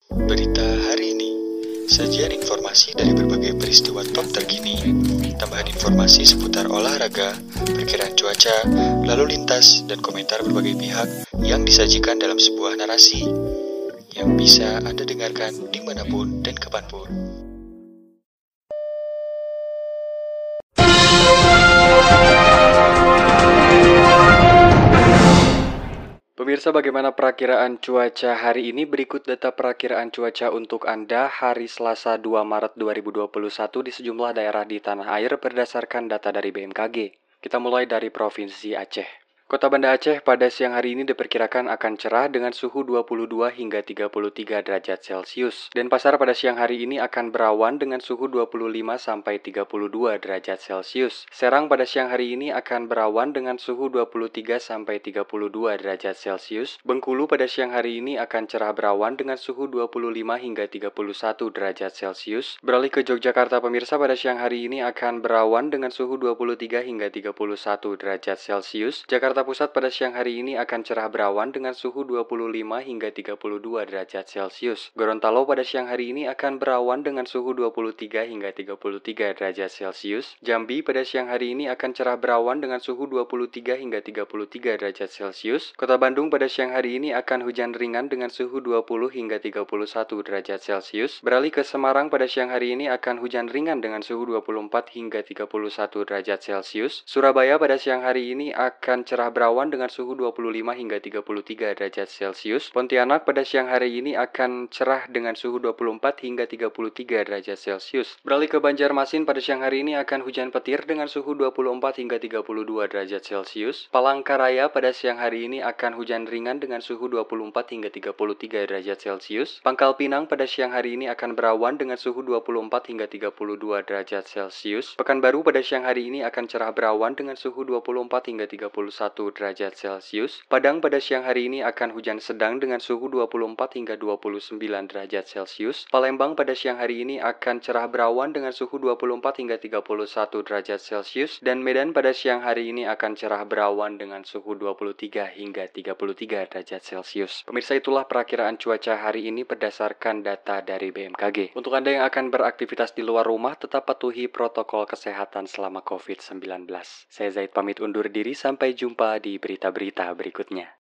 Berita hari ini, sajian informasi dari berbagai peristiwa top terkini, tambahan informasi seputar olahraga, perkiraan cuaca, lalu lintas, dan komentar berbagai pihak yang disajikan dalam sebuah narasi yang bisa Anda dengarkan dimanapun dan kapanpun. Pemirsa, bagaimana perakiraan cuaca hari ini? Berikut data perakiraan cuaca untuk Anda hari Selasa 2 Maret 2021 di sejumlah daerah di tanah air berdasarkan data dari BMKG. Kita mulai dari Provinsi Aceh. Kota Banda Aceh pada siang hari ini diperkirakan akan cerah dengan suhu 22 hingga 33 derajat Celcius. Denpasar pada siang hari ini akan berawan dengan suhu 25 sampai 32 derajat Celcius. Serang pada siang hari ini akan berawan dengan suhu 23 sampai 32 derajat Celcius. Bengkulu pada siang hari ini akan cerah berawan dengan suhu 25 hingga 31 derajat Celcius. Beralih ke Yogyakarta, pemirsa, pada siang hari ini akan berawan dengan suhu 23 hingga 31 derajat Celcius. Jakarta Pusat pada siang hari ini akan cerah berawan dengan suhu 25 hingga 32 derajat Celcius. Gorontalo pada siang hari ini akan berawan dengan suhu 23 hingga 33 derajat Celcius. Jambi pada siang hari ini akan cerah berawan dengan suhu 23 hingga 33 derajat Celcius. Kota Bandung pada siang hari ini akan hujan ringan dengan suhu 20 hingga 31 derajat Celcius. Beralih ke Semarang pada siang hari ini akan hujan ringan dengan suhu 24 hingga 31 derajat Celcius. Surabaya pada siang hari ini akan cerah berawan dengan suhu 25 hingga 33 derajat Celcius. Pontianak pada siang hari ini akan cerah dengan suhu 24 hingga 33 derajat Celcius. Beralih ke Banjarmasin pada siang hari ini akan hujan petir dengan suhu 24 hingga 32 derajat Celcius. Palangkaraya pada siang hari ini akan hujan ringan dengan suhu 24 hingga 33 derajat Celcius. Pangkal Pinang pada siang hari ini akan berawan dengan suhu 24 hingga 32 derajat Celcius. Pekanbaru pada siang hari ini akan cerah berawan dengan suhu 24 hingga 31 derajat Celcius. Padang pada siang hari ini akan hujan sedang dengan suhu 24 hingga 29 derajat Celcius. Palembang pada siang hari ini akan cerah berawan dengan suhu 24 hingga 31 derajat Celcius. Dan Medan pada siang hari ini akan cerah berawan dengan suhu 23 hingga 33 derajat Celcius. Pemirsa, itulah perakiraan cuaca hari ini berdasarkan data dari BMKG. Untuk Anda yang akan beraktivitas di luar rumah, tetap patuhi protokol kesehatan selama COVID-19. Saya Zaid pamit undur diri, sampai jumpa di berita-berita berikutnya.